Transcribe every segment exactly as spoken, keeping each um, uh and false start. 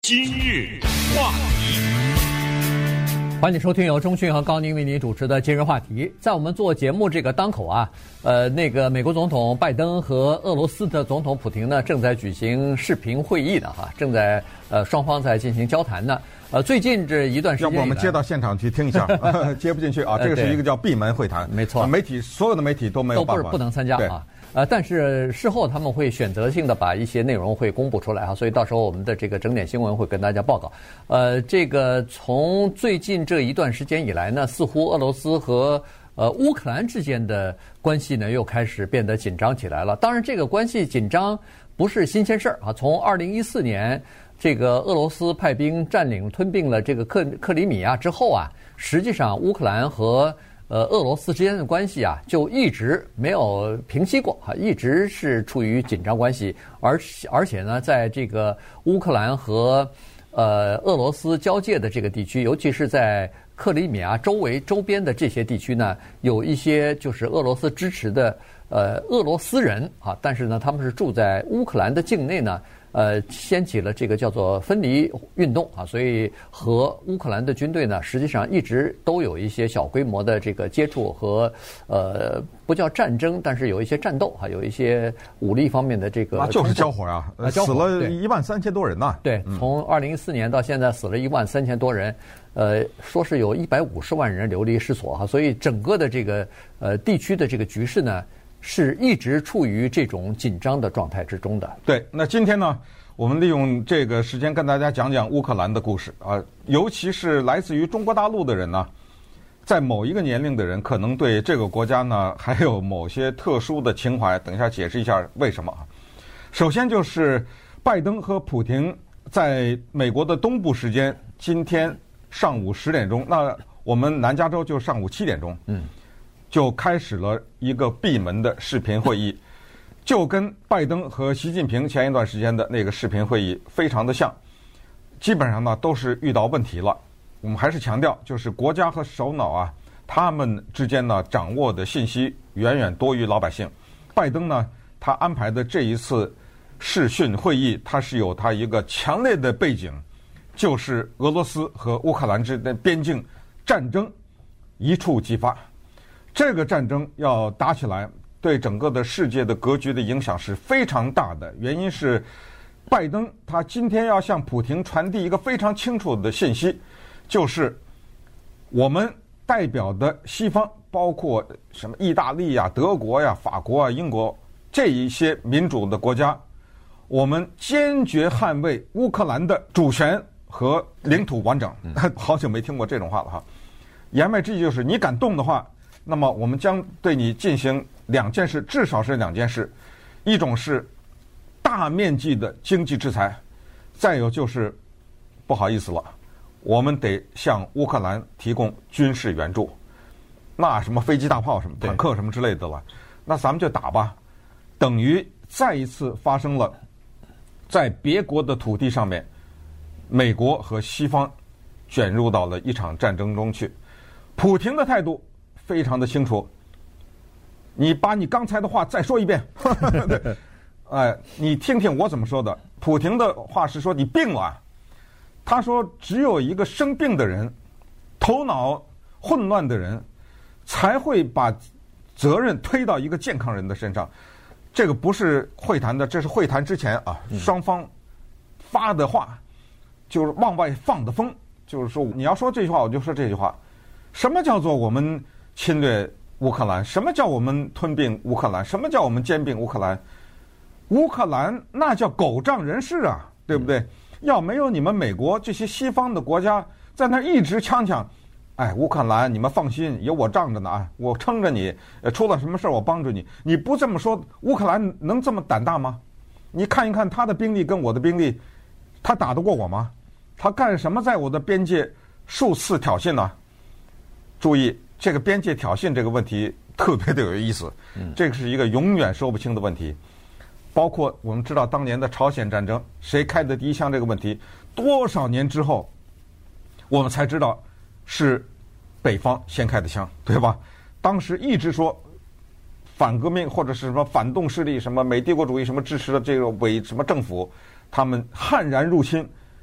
今日话题， 欢迎收听由钟迅和高宁为您主持的今日话题。在我们做节目这个当口啊，呃，那个美国总统拜登和俄罗斯的总统普廷呢，正在举行视频会议呢，哈，正在呃双方在进行交谈呢。呃，最近这一段时间， 要不我们接到现场去听一下？接不进去啊，这个是一个叫闭门会谈， 没错， 媒体所有的媒体都没有办法， 都不不能参加啊。呃，但是事后他们会选择性的把一些内容会公布出来哈，所以到时候我们的这个整点新闻会跟大家报告。呃，这个从最近这一段时间以来呢，似乎俄罗斯和呃乌克兰之间的关系呢又开始变得紧张起来了。当然，这个关系紧张不是新鲜事儿啊，从二零一四年这个俄罗斯派兵占领吞并了这个克克里米亚之后啊，实际上乌克兰和呃，俄罗斯之间的关系啊，就一直没有平息过哈，一直是处于紧张关系，而而且呢，在这个乌克兰和呃俄罗斯交界的这个地区，尤其是在克里米亚周围周边的这些地区呢，有一些就是俄罗斯支持的呃俄罗斯人啊，但是呢，他们是住在乌克兰的境内呢。呃，掀起了这个叫做分离运动啊，所以和乌克兰的军队呢，实际上一直都有一些小规模的这个接触和呃，不叫战争，但是有一些战斗啊，有一些武力方面的这个。 啊，就是交火啊， 啊死了一万三千多人呐。 对，从二零一四年到现在死了一万三千多人，呃，说是有一百五十万人流离失所哈，所以整个的这个呃地区的这个局势呢。是一直处于这种紧张的状态之中的。 对，那今天呢，我们利用这个时间跟大家讲讲乌克兰的故事啊，尤其是来自于中国大陆的人呢，在某一个年龄的人，可能对这个国家呢还有某些特殊的情怀。等一下解释一下为什么啊。首先就是拜登和普廷在美国的东部时间今天上午十点钟，那我们南加州就上午七点钟，嗯。就开始了一个闭门的视频会议，就跟拜登和习近平前一段时间的那个视频会议非常的像，基本上呢都是遇到问题了。我们还是强调，就是国家和首脑啊，他们之间呢掌握的信息远远多于老百姓。拜登呢，他安排的这一次视讯会议，它是有他一个强烈的背景，就是俄罗斯和乌克兰之间的边境战争一触即发。这个战争要打起来，对整个的世界的格局的影响是非常大的。原因是，拜登他今天要向普廷传递一个非常清楚的信息，就是我们代表的西方，包括什么意大利呀、德国呀、法国啊、英国这一些民主的国家，我们坚决捍卫乌克兰的主权和领土完整。好久没听过这种话了哈。言外之意就是，你敢动的话，那么我们将对你进行两件事，至少是两件事，一种是大面积的经济制裁，再有就是不好意思了，我们得向乌克兰提供军事援助，那什么飞机大炮什么坦克什么之类的了，那咱们就打吧，等于再一次发生了在别国的土地上面，美国和西方卷入到了一场战争中去。普廷的态度非常的清楚，你把你刚才的话再说一遍。哎，你听听我怎么说的。普廷的话是说你病了，他说只有一个生病的人，头脑混乱的人，才会把责任推到一个健康人的身上。这个不是会谈的，这是会谈之前啊，双方发的话就是往外放的风，就是说你要说这句话，我就说这句话。什么叫做我们侵略乌克兰？什么叫我们吞并乌克兰？什么叫我们兼并乌克兰？乌克兰那叫狗仗人势啊，对不对？要没有你们美国这些西方的国家在那一直呛呛，哎，乌克兰你们放心，有我仗着呢啊，我撑着你，出了什么事我帮着你。你不这么说，乌克兰能这么胆大吗？你看一看他的兵力跟我的兵力，他打得过我吗？他干什么在我的边界数次挑衅呢？注意，这个边界挑衅这个问题特别的有意思，这个是一个永远说不清的问题。包括我们知道当年的朝鲜战争，谁开的第一枪这个问题，多少年之后，我们才知道是北方先开的枪，对吧？当时一直说反革命或者是什么反动势力、什么美帝国主义什么支持的这个伪什么政府，他们悍然入侵，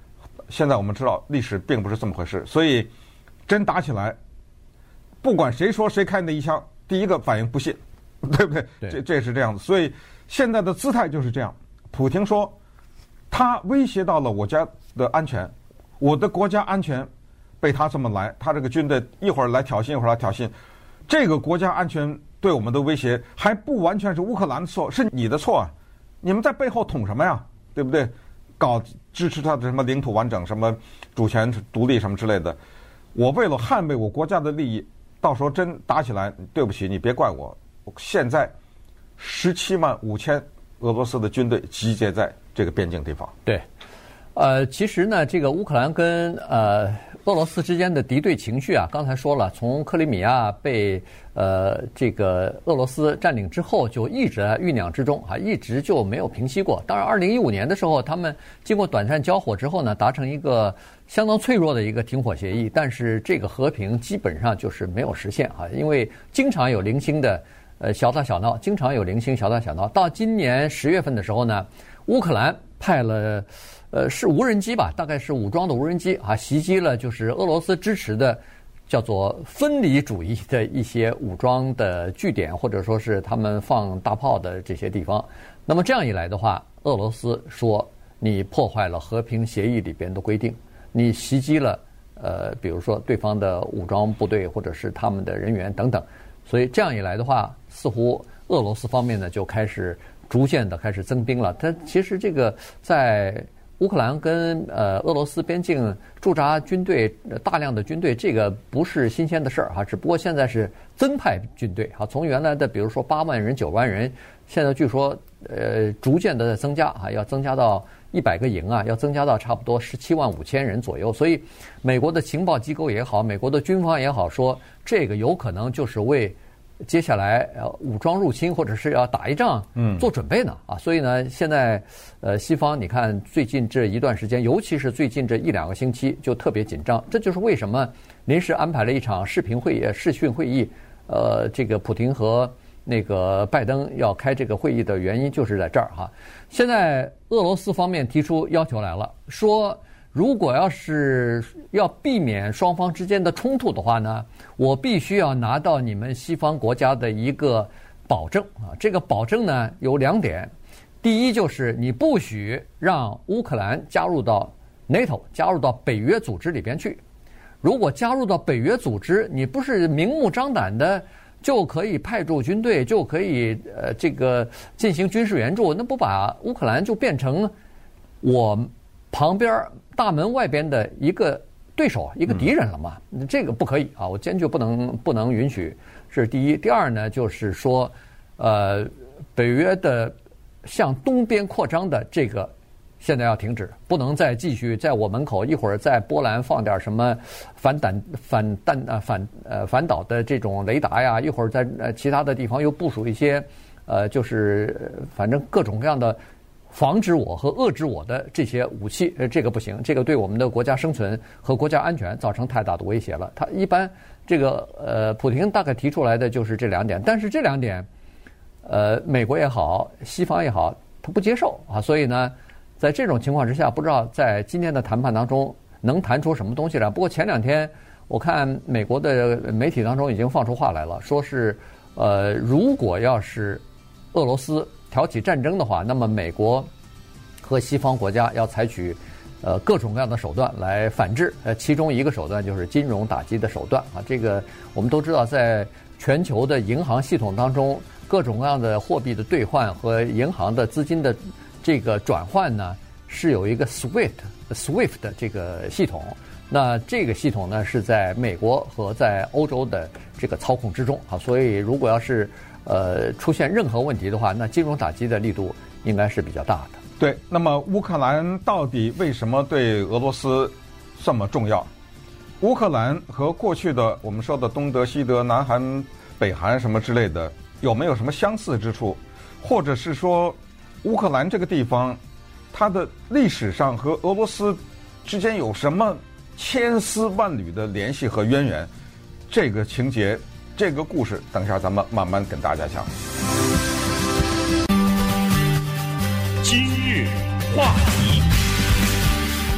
现在我们知道历史并不是这么回事，所以真打起来，不管谁说谁开那一枪，第一个反应不信，对不对？ 对这这是这样子。所以现在的姿态就是这样。普京说，他威胁到了我家的安全，我的国家安全被他这么来，他这个军队一会儿来挑衅，一会儿来挑衅，这个国家安全对我们的威胁还不完全是乌克兰的错，是你的错啊！你们在背后捅什么呀？对不对？搞支持他的什么领土完整、什么主权独立什么之类的。我为了捍卫我国家的利益，到时候真打起来，对不起，你别怪我。现在十七万五千俄罗斯的军队集结在这个边境地方。 对，呃，其实呢，这个乌克兰跟呃俄罗斯之间的敌对情绪啊，刚才说了，从克里米亚被呃这个俄罗斯占领之后，就一直在酝酿之中啊，一直就没有平息过。当然，二零一五年的时候，他们经过短暂交火之后呢，达成一个相当脆弱的一个停火协议，但是这个和平基本上就是没有实现啊，因为经常有零星的呃小打小闹，经常有零星小打小闹。到今年十月份的时候呢，乌克兰派了。呃，是无人机吧？大概是武装的无人机啊，袭击了就是俄罗斯支持的叫做分离主义的一些武装的据点，或者说是他们放大炮的这些地方。那么这样一来的话，俄罗斯说你破坏了和平协议里边的规定，你袭击了呃，比如说对方的武装部队或者是他们的人员等等。所以这样一来的话，似乎俄罗斯方面呢就开始逐渐的开始增兵了。它其实这个在乌克兰跟呃俄罗斯边境驻扎军队大量的军队，这个不是新鲜的事儿哈，只不过现在是增派军队哈，从原来的比如说八万人、九万人，现在据说呃逐渐的增加啊，要增加到一百个营啊，要增加到差不多十七万五千人左右。所以美国的情报机构也好，美国的军方也好，说这个有可能就是为接下来呃武装入侵或者是要打一仗，嗯，做准备呢啊，所以呢，现在呃西方你看最近这一段时间，尤其是最近这一两个星期就特别紧张，这就是为什么临时安排了一场视频会议、视讯会议，呃，这个普廷和那个拜登要开这个会议的原因就是在这儿哈。现在俄罗斯方面提出要求来了，说如果要是要避免双方之间的冲突的话呢，我必须要拿到你们西方国家的一个保证啊。这个保证呢有两点，第一就是你不许让乌克兰加入到 NATO 加入到北约组织里边去。如果加入到北约组织，你不是明目张胆的就可以派驻军队，就可以呃这个进行军事援助，那不把乌克兰就变成我旁边大门外边的一个对手、一个敌人了嘛？嗯、这个不可以啊！我坚决不能不能允许。这是第一。第二呢，就是说，呃，北约的向东边扩张的这个现在要停止，不能再继续在我门口一会儿在波兰放点什么反弹反弹啊反呃反导的这种雷达呀，一会儿在呃其他的地方又部署一些呃就是反正各种各样的防止我和遏制我的这些武器，呃，这个不行，这个对我们的国家生存和国家安全造成太大的威胁了。他一般这个呃，普廷大概提出来的就是这两点，但是这两点，呃，美国也好，西方也好，他不接受啊。所以呢，在这种情况之下，不知道在今天的谈判当中能谈出什么东西来。不过前两天我看美国的媒体当中已经放出话来了，说是呃，如果要是俄罗斯挑起战争的话，那么美国和西方国家要采取呃各种各样的手段来反制，呃，其中一个手段就是金融打击的手段啊。这个我们都知道，在全球的银行系统当中，各种各样的货币的兑换和银行的资金的这个转换呢，是有一个 SWIFT SWIFT 的这个系统。那这个系统呢是在美国和在欧洲的这个操控之中啊，所以如果要是呃，出现任何问题的话，那金融打击的力度应该是比较大的。 对，那么乌克兰到底为什么对俄罗斯这么重要？乌克兰和过去的我们说的东德、西德、南韩、北韩什么之类的，有没有什么相似之处？或者是说，乌克兰这个地方，它的历史上和俄罗斯之间有什么千丝万缕的联系和渊源？这个情节。这个故事，等一下咱们慢慢跟大家讲。 今日话题，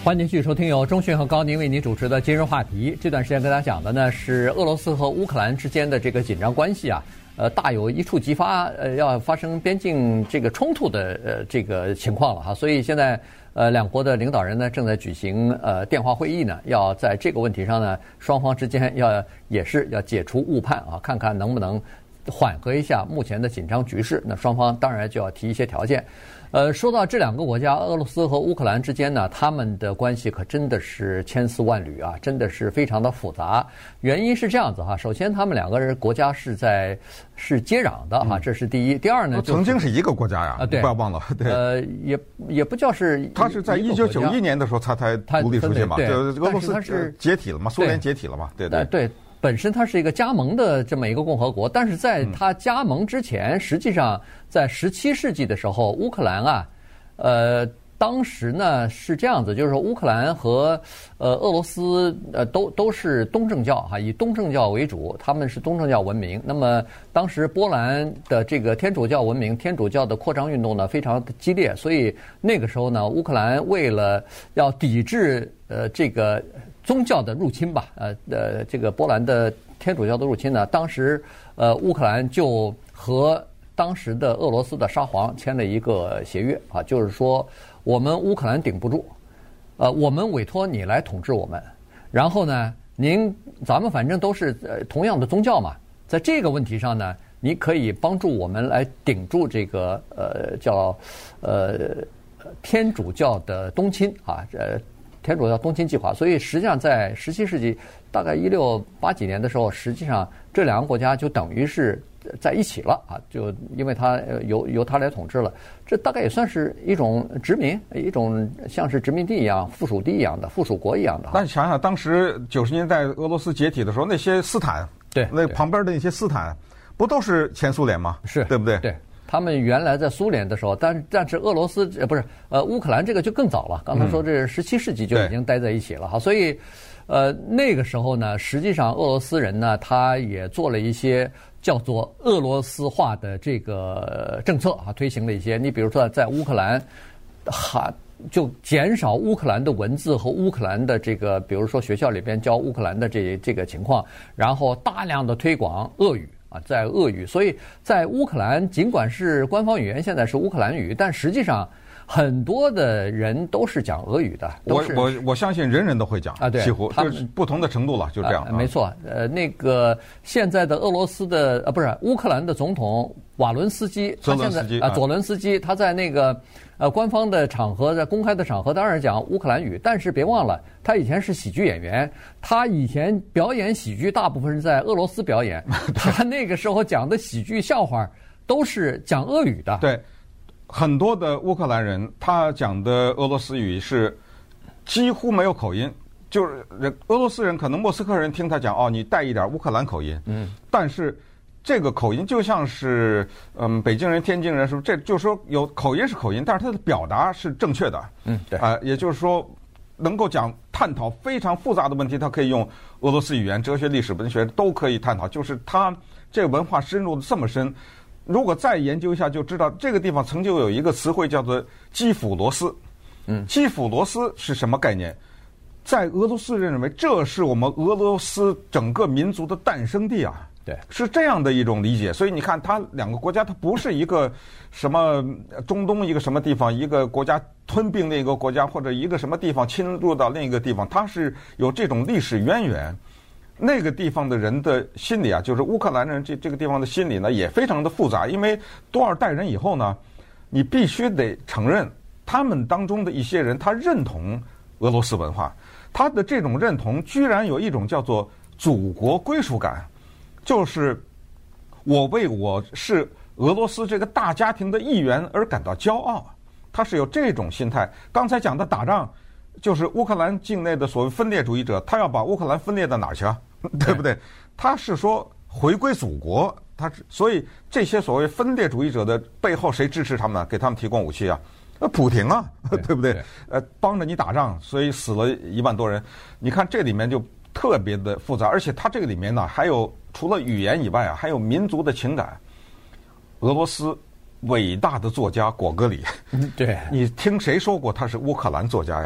欢迎继续收听由钟迅和高宁为您主持的今日话题。这段时间跟大家讲的呢是俄罗斯和乌克兰之间的这个紧张关系啊，呃，大有一触即发，呃，要发生边境这个冲突的呃这个情况了哈。所以现在呃两国的领导人呢正在举行呃电话会议呢，要在这个问题上呢双方之间要也是要解除误判啊，看看能不能缓和一下目前的紧张局势。那双方当然就要提一些条件。呃，说到这两个国家，俄罗斯和乌克兰之间呢，他们的关系可真的是千丝万缕啊，真的是非常的复杂。原因是这样子哈，首先他们两个人国家是在是接壤的哈，这是第一。第二呢， 曾经是一个国家呀， 啊，对， 不要忘了，对， 呃，也也不叫是， 他是在一九九一年的时候他才独立出去嘛，对，俄罗斯是解体了嘛，苏联解体了嘛，对对对。本身它是一个加盟的这么一个共和国，但是在它加盟之前，实际上在十七世纪的时候，乌克兰啊，呃，当时呢是这样子，就是说乌克兰和呃俄罗斯呃都都是东正教哈，以东正教为主，他们是东正教文明。那么当时波兰的这个天主教文明，天主教的扩张运动呢非常的激烈，所以那个时候呢，乌克兰为了要抵制呃这个宗教的入侵吧，呃呃，这个波兰的天主教的入侵呢，当时呃乌克兰就和当时的俄罗斯的沙皇签了一个协约啊，就是说我们乌克兰顶不住，呃，我们委托你来统治我们，然后呢，您咱们反正都是呃同样的宗教嘛，在这个问题上呢，你可以帮助我们来顶住这个呃叫呃天主教的东侵啊，呃。天主教东侵计划，所以实际上在十七世纪大概一六八几年的时候，实际上这两个国家就等于是在一起了啊，就因为它由由它来统治了，这大概也算是一种殖民，一种像是殖民地一样、附属地一样的、附属国一样的。 那你想想，当时九十年代俄罗斯解体的时候，那些斯坦， 对， 那旁边的那些斯坦，不都是前苏联吗？ 是， 对不对？ 对。他们原来在苏联的时候，但但是俄罗斯呃不是呃乌克兰这个就更早了。刚才说这是十七世纪就已经待在一起了哈，所以呃那个时候呢，实际上俄罗斯人呢，他也做了一些叫做俄罗斯化的这个政策啊，推行了一些。你比如说在乌克兰，哈就减少乌克兰的文字和乌克兰的这个，比如说学校里边教乌克兰的这这个情况，然后大量的推广俄语。在俄语，所以在乌克兰，尽管是官方语言现在是乌克兰语，但实际上很多的人都是讲俄语的。 我我我相信人人都会讲啊，对， 几乎就是不同的程度了，就这样。 啊、没错，呃，那个现在的俄罗斯的呃不是乌克兰的总统瓦伦斯基，他现在啊佐伦斯基，他在那个呃官方的场合，在公开的场合当然讲乌克兰语，但是别忘了，他以前是喜剧演员，他以前表演喜剧大部分是在俄罗斯表演，他那个时候讲的喜剧笑话都是讲俄语的。 对。很多的乌克兰人，他讲的俄罗斯语是几乎没有口音，就是俄罗斯人可能莫斯科人听他讲哦，你带一点乌克兰口音，嗯，但是这个口音就像是嗯北京人、天津人，是不是？这就是说有口音是口音，但是他的表达是正确的， 嗯，对啊、呃，也就是说能够讲探讨非常复杂的问题，他可以用俄罗斯语言、哲学、历史、文学都可以探讨，就是他这个文化深入的这么深。如果再研究一下，就知道这个地方曾经有一个词汇叫做基辅罗斯。嗯，基辅罗斯是什么概念？在俄罗斯人认为这是我们俄罗斯整个民族的诞生地啊。 对， 是这样的一种理解。所以你看，它两个国家，它不是一个什么中东一个什么地方，一个国家吞并另一个国家，或者一个什么地方侵入到另一个地方，它是有这种历史渊源。那个地方的人的心理啊，就是乌克兰人这这个地方的心理呢，也非常的复杂。因为多少代人以后呢，你必须得承认，他们当中的一些人，他认同俄罗斯文化，他的这种认同居然有一种叫做祖国归属感，就是我为我是俄罗斯这个大家庭的一员而感到骄傲，他是有这种心态。刚才讲的打仗，就是乌克兰境内的所谓分裂主义者，他要把乌克兰分裂到哪儿去啊？对不对？他是说回归祖国，他所以这些所谓分裂主义者的背后，谁支持他们呢？给他们提供武器啊？呃，普廷啊，对, 对不对？呃，帮着你打仗，所以死了一万多人。你看这里面就特别的复杂，而且它这个里面呢，还有除了语言以外啊，还有民族的情感。俄罗斯伟大的作家果戈里， 对， 你听谁说过他是乌克兰作家呀？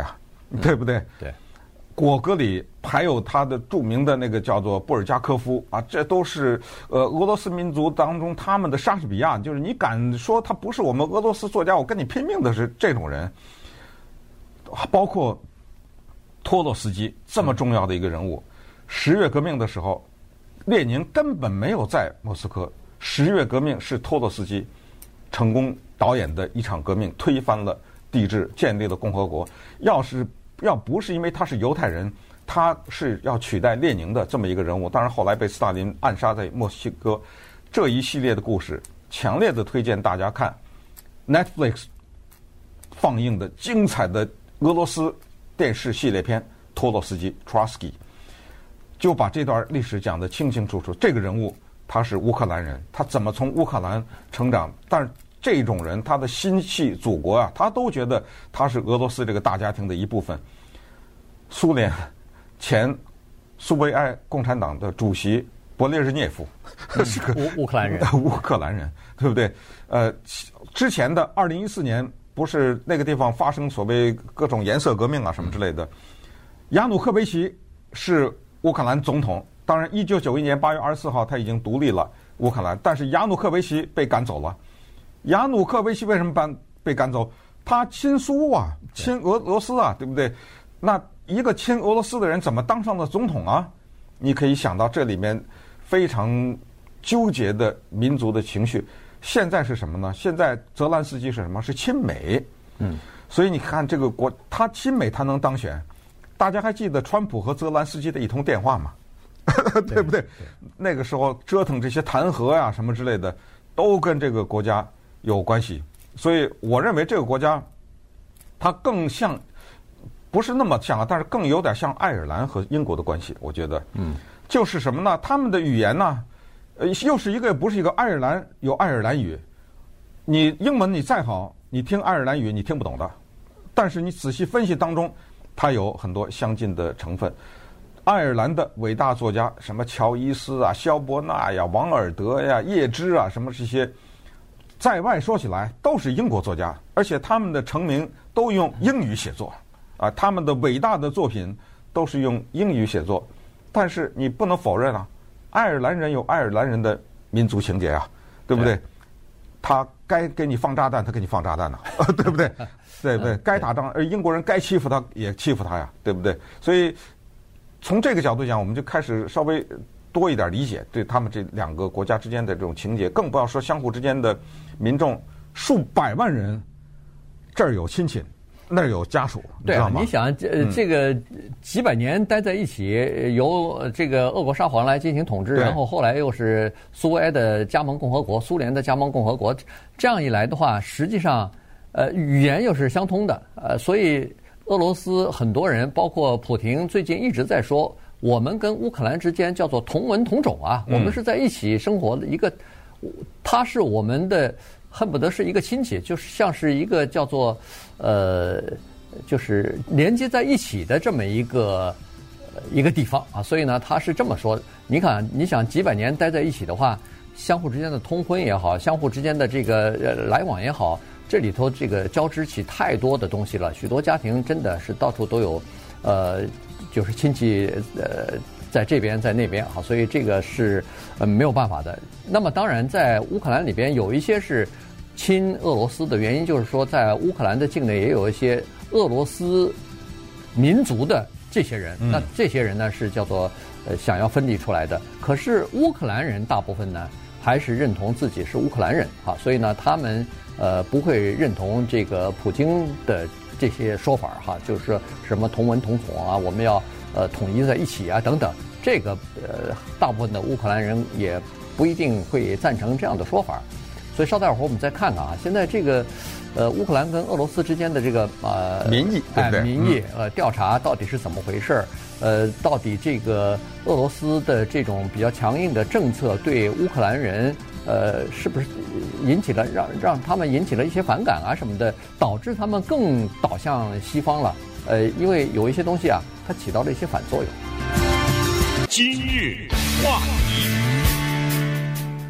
对不对？ 嗯、对。 果戈里还有他的著名的那个叫做布尔加科夫啊，这都是呃俄罗斯民族当中他们的莎士比亚，就是你敢说他不是我们俄罗斯作家，我跟你拼命的是这种人。包括托洛斯基这么重要的一个人物，十月革命的时候，列宁根本没有在莫斯科。十月革命是托洛斯基成功导演的一场革命，推翻了帝制，建立了共和国。要是要不是因为他是犹太人，他是要取代列宁的这么一个人物。当然后来被斯大林暗杀在墨西哥。这一系列的故事，强烈的推荐大家看 Netflix 放映的精彩的俄罗斯电视系列片《托洛斯基》Trotsky， 就把这段历史讲得清清楚楚。这个人物他是乌克兰人，他怎么从乌克兰成长？但是这种人他的心系祖国啊，他都觉得他是俄罗斯这个大家庭的一部分。苏联前苏维埃共产党的主席勃列日涅夫、 嗯、是个乌乌克兰人， 乌克兰人，对不对？呃，之前的二零一四年不是那个地方发生所谓各种颜色革命啊什么之类的，亚努科维奇是乌克兰总统。当然，一九九一年八月二十四号他已经独立了乌克兰，但是亚努科维奇被赶走了。亚努科维奇为什么被被赶走？他亲苏啊，亲俄罗斯啊，对不对？那一个亲俄罗斯的人怎么当上了总统啊？你可以想到这里面非常纠结的民族的情绪。现在是什么呢？现在泽兰斯基是什么？是亲美。嗯，所以你看这个国，他亲美他能当选？大家还记得川普和泽兰斯基的一通电话吗？对不对？那个时候折腾这些弹劾呀、啊、什么之类的，都跟这个国家有关系。所以我认为这个国家，它更像，不是那么像啊，但是更有点像爱尔兰和英国的关系。我觉得，嗯，就是什么呢？他们的语言呢，呃，又是一个不是一个爱尔兰有爱尔兰语，你英文你再好，你听爱尔兰语你听不懂的，但是你仔细分析当中，它有很多相近的成分。爱尔兰的伟大作家，什么乔伊斯啊、萧伯纳呀、王尔德呀、叶芝啊，什么这些，在外说起来都是英国作家，而且他们的成名都用英语写作啊，他们的伟大的作品都是用英语写作。但是你不能否认啊，爱尔兰人有爱尔兰人的民族情节啊，对不对？对，他该给你放炸弹，他给你放炸弹呢、啊，对不对？对不对？该打仗，而英国人该欺负他也欺负他呀，对不对？所以从这个角度讲，我们就开始稍微多一点理解对他们这两个国家之间的这种情节，更不要说相互之间的民众数百万人，这儿有亲戚，那儿有家属， 对啊，你想这这个几百年待在一起，由这个俄国沙皇来进行统治，然后后来又是苏维埃的加盟共和国、苏联的加盟共和国，这样一来的话，实际上呃语言又是相通的，呃，所以俄罗斯很多人，包括普廷，最近一直在说，我们跟乌克兰之间叫做同文同种啊，我们是在一起生活的一个，他是我们的，恨不得是一个亲戚，就是像是一个叫做呃，就是连接在一起的这么一个一个地方啊。所以呢，他是这么说。你看，你想几百年待在一起的话，相互之间的通婚也好，相互之间的这个来往也好。这里头这个交织起太多的东西了，许多家庭真的是到处都有，呃，就是亲戚呃在这边在那边啊，所以这个是呃没有办法的。那么当然，在乌克兰里边有一些是亲俄罗斯的原因，就是说在乌克兰的境内也有一些俄罗斯民族的这些人，那这些人呢是叫做呃想要分离出来的。可是乌克兰人大部分呢还是认同自己是乌克兰人啊，所以呢他们。呃，不会认同这个普京的这些说法哈，就是说什么同文同种啊，我们要呃统一在一起啊等等。这个呃，大部分的乌克兰人也不一定会赞成这样的说法。所以稍待会儿我们再看看啊，现在这个呃乌克兰跟俄罗斯之间的这个呃民意对不对？ 哎、民意呃调查到底是怎么回事？呃，到底这个俄罗斯的这种比较强硬的政策对乌克兰人？呃，是不是引起了让让他们引起了一些反感啊什么的，导致他们更倒向西方了？呃，因为有一些东西啊，它起到了一些反作用。 今日话题，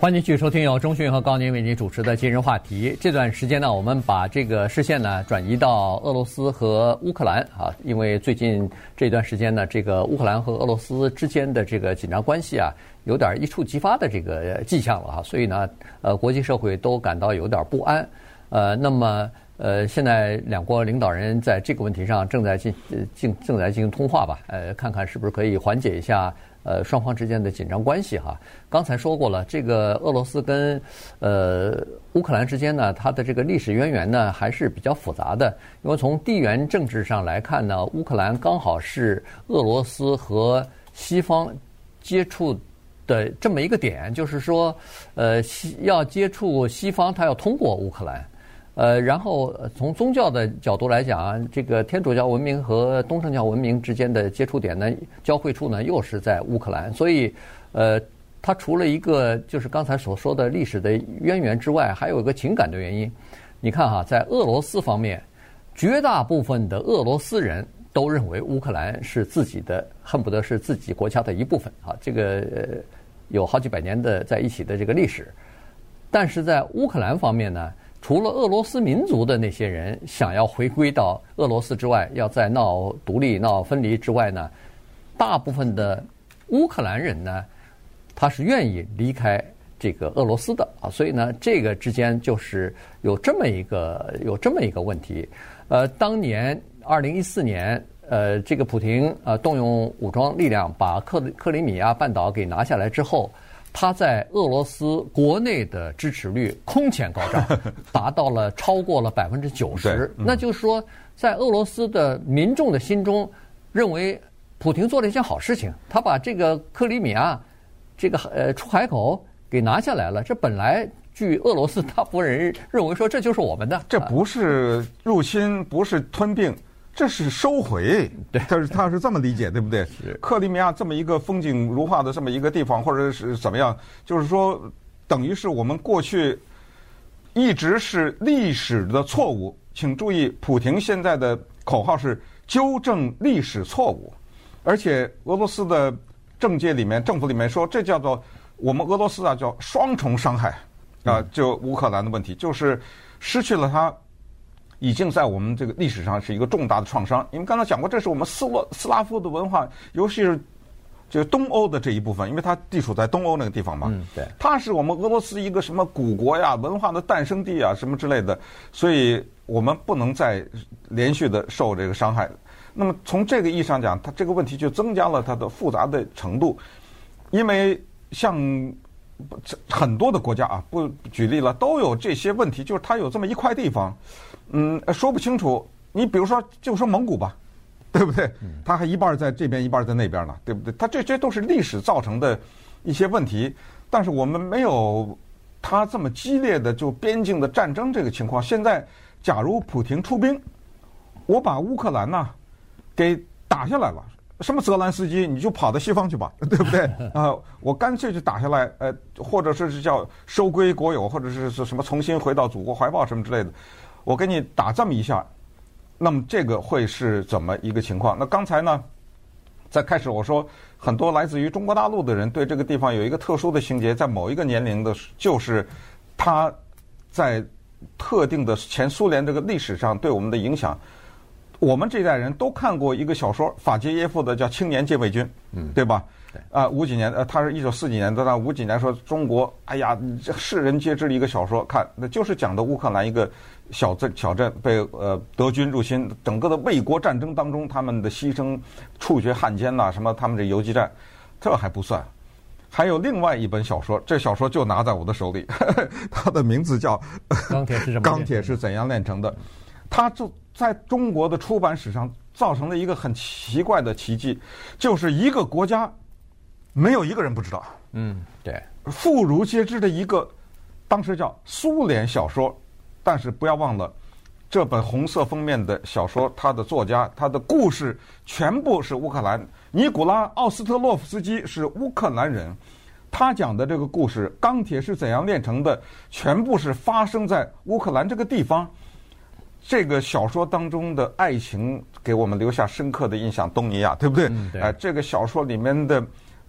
欢迎继续收听由钟迅和高宁为您主持的今日话题。这段时间呢，我们把这个视线呢转移到俄罗斯和乌克兰啊，因为最近这段时间呢，这个乌克兰和俄罗斯之间的这个紧张关系啊，有点一触即发的这个迹象了啊，所以呢，呃，国际社会都感到有点不安。呃，那么呃，现在两国领导人在这个问题上正在进进正在进行通话吧，呃，看看是不是可以缓解一下。呃，双方之间的紧张关系哈，刚才说过了，这个俄罗斯跟呃乌克兰之间呢，它的这个历史渊源呢还是比较复杂的。因为从地缘政治上来看呢，乌克兰刚好是俄罗斯和西方接触的这么一个点，就是说，呃，西要接触西方，它要通过乌克兰。呃，然后从宗教的角度来讲啊，这个天主教文明和东正教文明之间的接触点呢，交汇处呢又是在乌克兰，所以，呃，它除了一个就是刚才所说的历史的渊源之外，还有一个情感的原因。你看哈，在俄罗斯方面，绝大部分的俄罗斯人都认为乌克兰是自己的，恨不得是自己国家的一部分啊，这个呃有好几百年的在一起的这个历史。但是在乌克兰方面呢，除了俄罗斯民族的那些人想要回归到俄罗斯之外，要再闹独立、闹分离之外呢，大部分的乌克兰人呢，他是愿意离开这个俄罗斯的啊，所以呢，这个之间就是有这么一个有这么一个问题。呃，当年二零一四年，呃，这个普廷呃动用武装力量把克克里米亚半岛给拿下来之后。他在俄罗斯国内的支持率空前高涨，达到了超过了百分之九十。那就是说，在俄罗斯的民众的心中，认为普廷做了一件好事情，他把这个克里米亚这个呃出海口给拿下来了。这本来据俄罗斯大部分人认为说这就是我们的， 这不是入侵，不是吞并。这是收回， 对， 他是他是这么理解，对不对？克里米亚这么一个风景如画的这么一个地方，或者是怎么样，就是说，等于是我们过去一直是历史的错误。请注意，普廷现在的口号是纠正历史错误，而且俄罗斯的政界里面、政府里面说，这叫做我们俄罗斯啊叫双重伤害啊，就乌克兰的问题，就是失去了它。已经在我们这个历史上是一个重大的创伤，因为刚才讲过，这是我们斯洛斯拉夫的文化，尤其是就东欧的这一部分，因为它地处在东欧那个地方嘛， 嗯，对， 它是我们俄罗斯一个什么古国呀、文化的诞生地啊，什么之类的，所以我们不能再连续的受这个伤害。那么从这个意义上讲，它这个问题就增加了它的复杂的程度，因为像很多的国家啊，不举例了，都有这些问题，就是它有这么一块地方。嗯，说不清楚。你比如说，就说蒙古吧，对不对？它还一半在这边，一半在那边呢，对不对？它这些都是历史造成的一些问题，但是我们没有它这么激烈的就边境的战争这个情况。现在，假如普廷出兵，我把乌克兰呢给打下来了，什么泽兰斯基，你就跑到西方去吧，对不对？啊、呃，我干脆就打下来，呃，或者是叫收归国有，或者是什么重新回到祖国怀抱什么之类的。我给你打这么一下，那么这个会是怎么一个情况？那刚才呢，在开始我说，很多来自于中国大陆的人对这个地方有一个特殊的情节，在某一个年龄的，就是他在特定的前苏联这个历史上对我们的影响。我们这代人都看过一个小说，法捷耶夫的叫《青年禁卫军》，嗯，对吧？啊，五几年，呃，他是一九四几年的，那五几年说中国，哎呀，世人皆知的一个小说，看，那就是讲的乌克兰一个小镇，小镇被呃德军入侵，整个的卫国战争当中，他们的牺牲、处决汉奸呐、啊，什么他们这游击战，这还不算，还有另外一本小说，这小说就拿在我的手里，呵呵，它的名字叫《 钢铁是什么？ 钢铁是怎样炼成的》，它就在中国的出版史上造成了一个很奇怪的奇迹，就是一个国家。没有一个人不知道， 嗯，对， 妇孺皆知的一个，当时叫苏联小说，但是不要忘了，这本红色封面的小说，它的作家，它的故事全部是乌克兰。尼古拉·奥斯特洛夫斯基是乌克兰人，他讲的这个故事，钢铁是怎样炼成的，全部是发生在乌克兰这个地方。这个小说当中的爱情给我们留下深刻的印象，东尼亚，对不对？ 嗯，对。 哎、呃，这个小说里面的。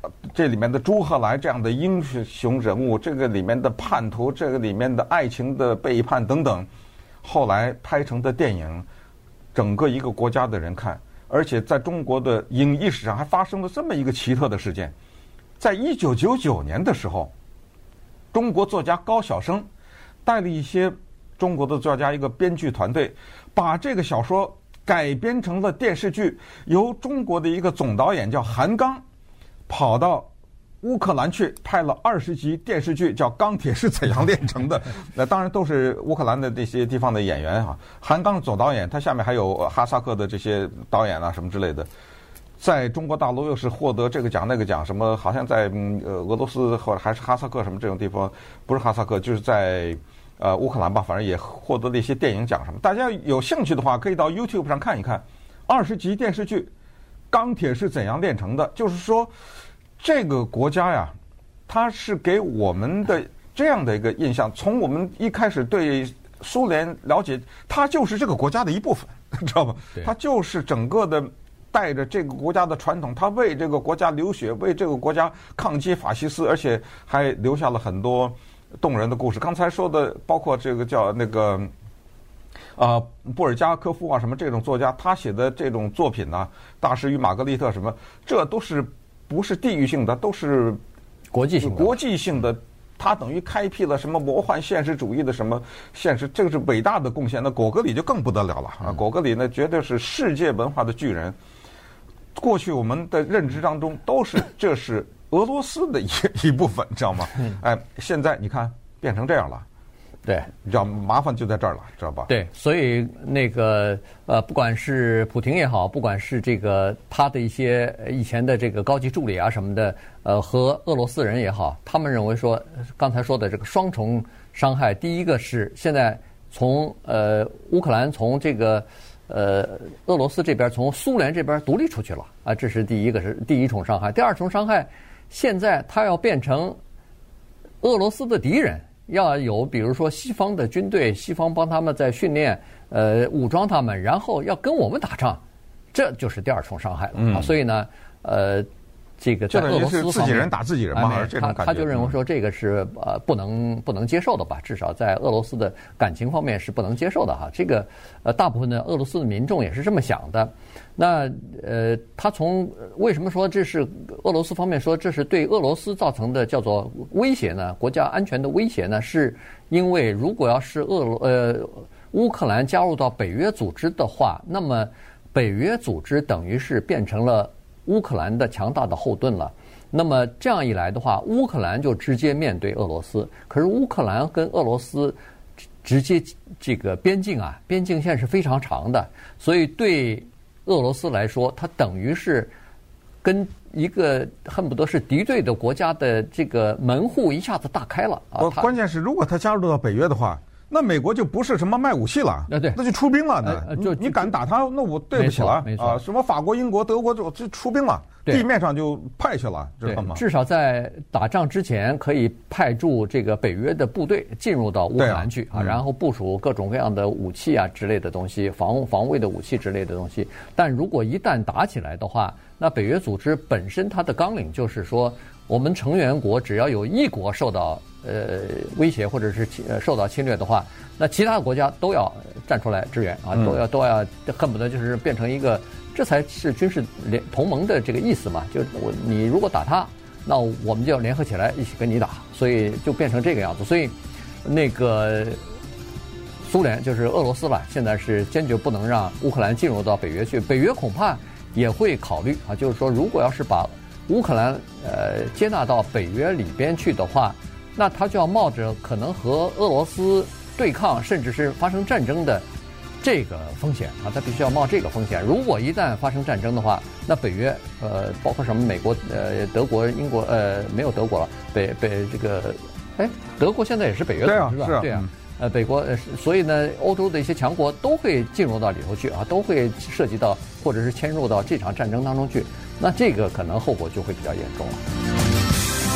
这里面的朱赫莱这样的英雄人物，这个里面的叛徒，这个里面的爱情的背叛等等，后来拍成的电影，整个一个国家的人看，而且在中国的影艺史上还发生了这么一个奇特的事件，在一九九九年的时候，中国作家高晓生带了一些中国的作家一个编剧团队，把这个小说改编成了电视剧，由中国的一个总导演叫韩刚跑到乌克兰去拍了二十集电视剧，叫《钢铁是怎样炼成的》。那当然都是乌克兰的这些地方的演员啊。韩刚总导演，他下面还有哈萨克的这些导演啊什么之类的。在中国大陆又是获得这个奖那个奖，什么好像在呃俄罗斯或者还是哈萨克什么这种地方，不是哈萨克就是在呃乌克兰吧，反正也获得了一些电影奖什么。大家有兴趣的话，可以到 YouTube 上看一看二十集电视剧《钢铁是怎样炼成的》。就是说，这个国家呀，它是给我们的这样的一个印象，从我们一开始对苏联了解，它就是这个国家的一部分，知道吧？它就是整个的。带着这个国家的传统，他为这个国家流血，为这个国家抗击法西斯，而且还留下了很多动人的故事。刚才说的，包括这个叫那个啊、呃、布尔加科夫啊什么这种作家，他写的这种作品呢、啊，《大师与玛格丽特》什么，这都是不是地域性的，都是国际性的。 国际性的，他等于开辟了什么魔幻现实主义的什么现实，这个是伟大的贡献。那果戈里就更不得了了啊！果戈里呢，绝对是世界文化的巨人。过去我们的认知当中都是这是俄罗斯的一一部分，知道吗？哎，现在你看变成这样了， 对， 你知道麻烦就在这儿了，知道吧？ 对，所以那个呃，不管是普廷也好，不管是这个他的一些以前的这个高级助理啊什么的，呃，和俄罗斯人也好，他们认为说刚才说的这个双重伤害，第一个是现在从呃乌克兰从这个。呃，俄罗斯这边从苏联这边独立出去了啊，这是第一个是第一重伤害。第二重伤害，现在他要变成俄罗斯的敌人，要有比如说西方的军队，西方帮他们在训练，呃，武装他们，然后要跟我们打仗，这就是第二重伤害了、嗯、啊。所以呢，呃。这个在俄罗斯方面， 自己人打自己人嘛，还是这种感觉。 他他就认为说这个是呃不能不能接受的吧，至少在俄罗斯的感情方面是不能接受的哈。这个呃大部分的俄罗斯的民众也是这么想的。那呃他从为什么说这是俄罗斯方面说这是对俄罗斯造成的叫做威胁呢？国家安全的威胁呢？是因为如果要是俄罗呃乌克兰加入到北约组织的话，那么北约组织等于是变成了。乌克兰的强大的后盾了，那么这样一来的话，乌克兰就直接面对俄罗斯。可是乌克兰跟俄罗斯直接这个边境啊，边境线是非常长的，所以对俄罗斯来说，它等于是跟一个恨不得是敌对的国家的这个门户一下子打开了啊。 关键是，如果他加入到北约的话。那美国就不是什么卖武器了， 啊对， 那就出兵了呢。 呃、就你敢打他，那我对不起了啊！什么法国、英国、德国就就出兵了，地面上就派去了，知道吗？ 至少在打仗之前，可以派驻这个北约的部队进入到乌克兰去 啊, 啊，然后部署各种各样的武器啊之类的东西，防防卫的武器之类的东西。但如果一旦打起来的话，那北约组织本身它的纲领就是说，我们成员国只要有一国受到。呃，威胁或者是呃受到侵略的话，那其他的国家都要站出来支援啊，都要都要恨不得就是变成一个，这才是军事联同盟的这个意思嘛。就我你如果打他，那我们就要联合起来一起跟你打，所以就变成这个样子。所以那个苏联就是俄罗斯吧，现在是坚决不能让乌克兰进入到北约去，北约恐怕也会考虑啊，就是说如果要是把乌克兰呃接纳到北约里边去的话。那他就要冒着可能和俄罗斯对抗，甚至是发生战争的这个风险啊，他必须要冒这个风险。如果一旦发生战争的话，那北约呃，包括什么美国、呃德国、英国呃，没有德国了，北北这个，哎，德国现在也是北约的，是吧？ 是对啊，呃，北国，所以呢，欧洲的一些强国都会进入到里头去啊，都会涉及到或者是迁入到这场战争当中去。那这个可能后果就会比较严重了。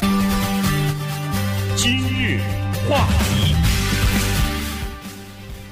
今日话题，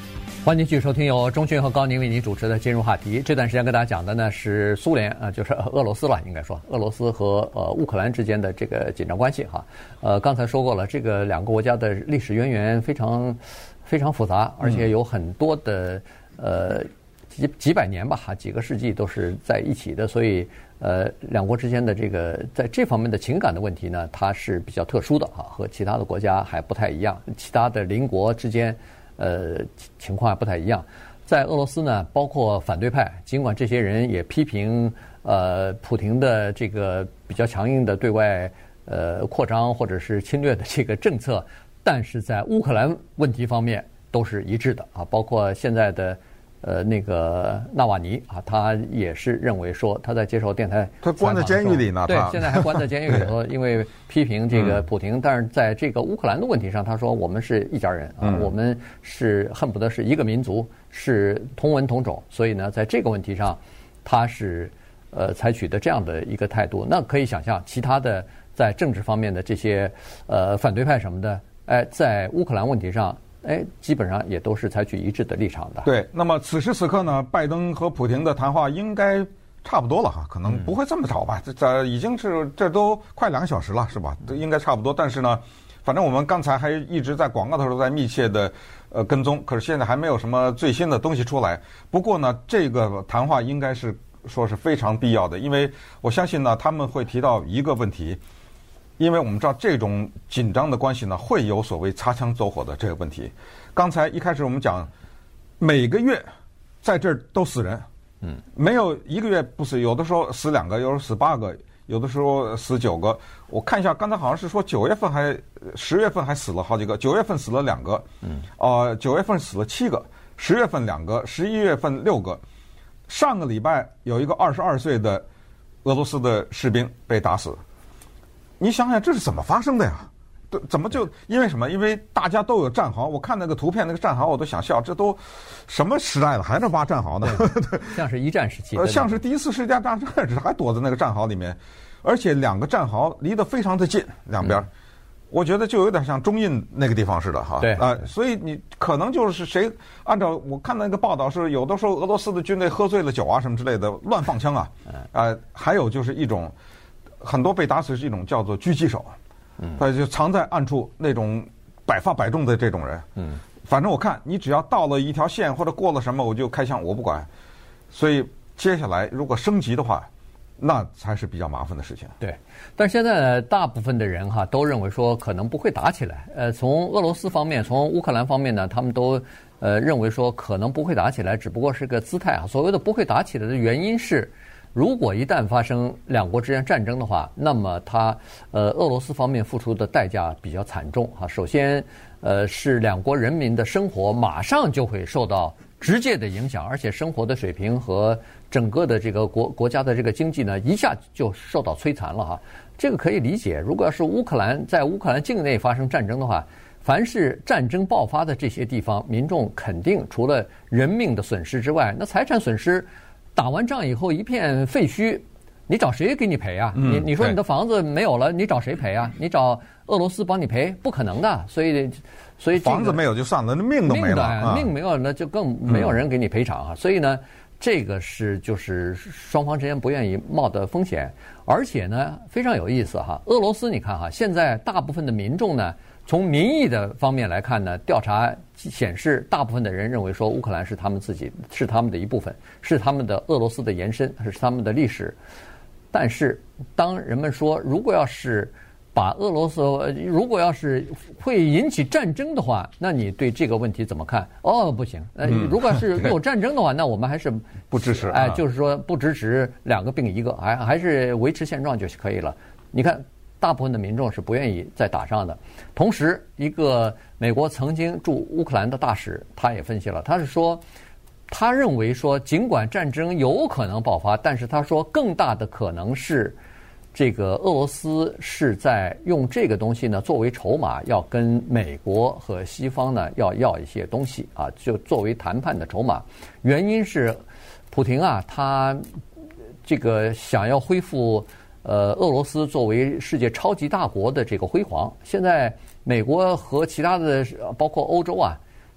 欢迎继续收听由钟迅和高宁为你主持的今日话题。这段时间跟大家讲的呢是苏联啊、呃，就是俄罗斯了，应该说俄罗斯和呃乌克兰之间的这个紧张关系哈。呃，刚才说过了，这个两个国家的历史渊源非常非常复杂，而且有很多的呃几几百年吧，哈，几个世纪都是在一起的，所以呃两国之间的这个在这方面的情感的问题呢，它是比较特殊的哈，和其他的国家还不太一样，其他的邻国之间。呃，情况还不太一样。在俄罗斯呢，包括反对派，尽管这些人也批评呃普廷的这个比较强硬的对外呃扩张或者是侵略的这个政策，但是在乌克兰问题方面都是一致的啊。包括现在的呃那个纳瓦尼啊，他也是认为说他在接受电台他关在监狱里呢， 对，现在还关在监狱里头，因为批评这个普廷。但是在这个乌克兰的问题上，他说我们是一家人啊，我们是恨不得是一个民族，是同文同种，所以呢，在这个问题上，他是呃采取的这样的一个态度。那可以想象，其他的在政治方面的这些呃反对派什么的，哎，在乌克兰问题上。哎，基本上也都是采取一致的立场的。 对，那么此时此刻呢，拜登和普廷的谈话应该差不多了哈，可能不会这么早吧？这这已经是这都快两个小时了，是吧？都应该差不多。但是呢，反正我们刚才还一直在广告的时候在密切的呃跟踪，可是现在还没有什么最新的东西出来。不过呢，这个谈话应该是说是非常必要的，因为我相信呢，他们会提到一个问题。因为我们知道这种紧张的关系呢，会有所谓擦枪走火的这个问题。刚才一开始我们讲，每个月在这儿都死人，嗯，没有一个月不死，有的时候死两个，有时候死八个，有的时候死九个。我看一下，刚才好像是说九月份还十月份还死了好几个，九月份死了两个，嗯，呃，九月份死了七个，十月份两个，十一月份六个。上个礼拜有一个二十二岁的俄罗斯的士兵被打死。你想想这是怎么发生的呀？怎么就因为什么？因为大家都有战壕。我看那个图片，那个战壕我都想笑，这都什么时代了，还能挖战壕呢？ 像是一战时期， 呃，像是第一次世界大战时还躲在那个战壕里面，而且两个战壕离得非常的近，两边，嗯、我觉得就有点像中印那个地方似的哈。 对啊、呃，所以你可能就是谁按照我看那个报道是有的时候俄罗斯的军队喝醉了酒啊什么之类的乱放枪啊，啊、呃，还有就是一种。很多被打死是一种叫做狙击手，嗯，他就藏在暗处那种百发百中的这种人，嗯，反正我看你只要到了一条线或者过了什么，我就开枪，我不管。所以接下来如果升级的话，那才是比较麻烦的事情。 对，但是现在大部分的人哈都认为说可能不会打起来。呃，从俄罗斯方面，从乌克兰方面呢，他们都呃认为说可能不会打起来，只不过是个姿态啊。所谓的不会打起来的原因是。如果一旦发生两国之间战争的话，那么它呃俄罗斯方面付出的代价比较惨重啊。首先，呃是两国人民的生活马上就会受到直接的影响，而且生活的水平和整个的这个国国家的这个经济呢，一下就受到摧残了哈。这个可以理解。如果要是乌克兰在乌克兰境内发生战争的话，凡是战争爆发的这些地方，民众肯定除了人命的损失之外，那财产损失。打完仗以后一片废墟，你找谁给你赔啊？嗯、你你说你的房子没有了，你找谁赔啊？你找俄罗斯帮你赔？不可能的。所以，所以、这个、 房子没有就算了，那命都没了， 命, 命没有那就更没有人给你赔偿啊。嗯、所以呢，这个是就是双方之间不愿意冒的风险，而且呢非常有意思哈。俄罗斯你看哈，现在大部分的民众呢。从民意的方面来看呢，调查显示，大部分的人认为说乌克兰是他们自己，是他们的一部分，是他们的俄罗斯的延伸，是他们的历史。但是，当人们说如果要是把俄罗斯，如果要是会引起战争的话，那你对这个问题怎么看？哦，不行，呃，如果是有战争的话，那我们还是不支持。 哎，就是说不支持两个并一个，还还是维持现状就可以了。你看。大部分的民众是不愿意再打仗的。同时，一个美国曾经驻乌克兰的大使，他也分析了，他是说，他认为说，尽管战争有可能爆发，但是他说更大的可能是，这个俄罗斯是在用这个东西呢作为筹码，要跟美国和西方呢要要一些东西啊，就作为谈判的筹码。原因是，普廷啊，他这个想要恢复。呃，俄罗斯作为世界超级大国的这个辉煌，现在美国和其他的包括欧洲啊，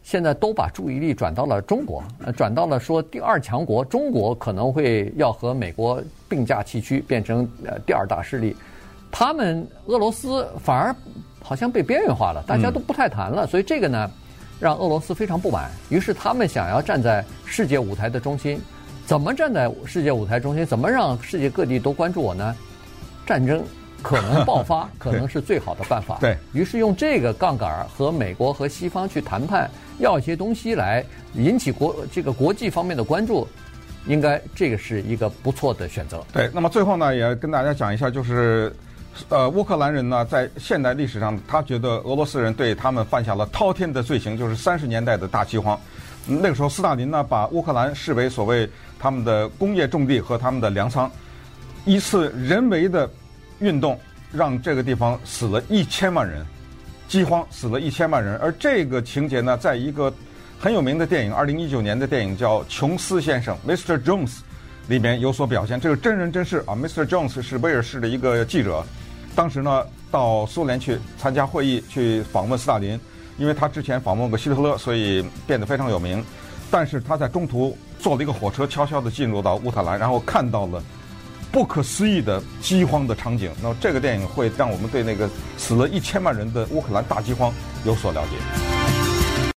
现在都把注意力转到了中国，呃，转到了说第二强国，中国可能会要和美国并驾齐驱，变成呃第二大势力。他们俄罗斯反而好像被边缘化了，大家都不太谈了，所以这个呢，让俄罗斯非常不满。于是他们想要站在世界舞台的中心，怎么站在世界舞台中心？怎么让世界各地都关注我呢？战争可能爆发，可能是最好的办法。 对， 于是用这个杠杆和美国和西方去谈判，要一些东西来引起国这个国际方面的关注，应该这个是一个不错的选择。 对，那么最后呢，也跟大家讲一下，就是呃，乌克兰人呢，在现代历史上，他觉得俄罗斯人对他们犯下了滔天的罪行，就是三十年代的大饥荒。那个时候，斯大林呢，把乌克兰视为所谓他们的工业重地和他们的粮仓，一次人为的运动让这个地方死了一千万人，饥荒死了一千万人。而这个情节呢，在一个很有名的电影，二零一九年的电影叫《琼斯先生》 （Mister Jones） 里面有所表现。这个真人真事啊 ，Mister Jones 是威尔士的一个记者，当时呢到苏联去参加会议，去访问斯大林。因为他之前访问过希特勒，所以变得非常有名。但是他在中途坐了一个火车，悄悄地进入到乌克兰，然后看到了不可思议的饥荒的场景。那么这个电影会让我们对那个死了一千万人的乌克兰大饥荒有所了解。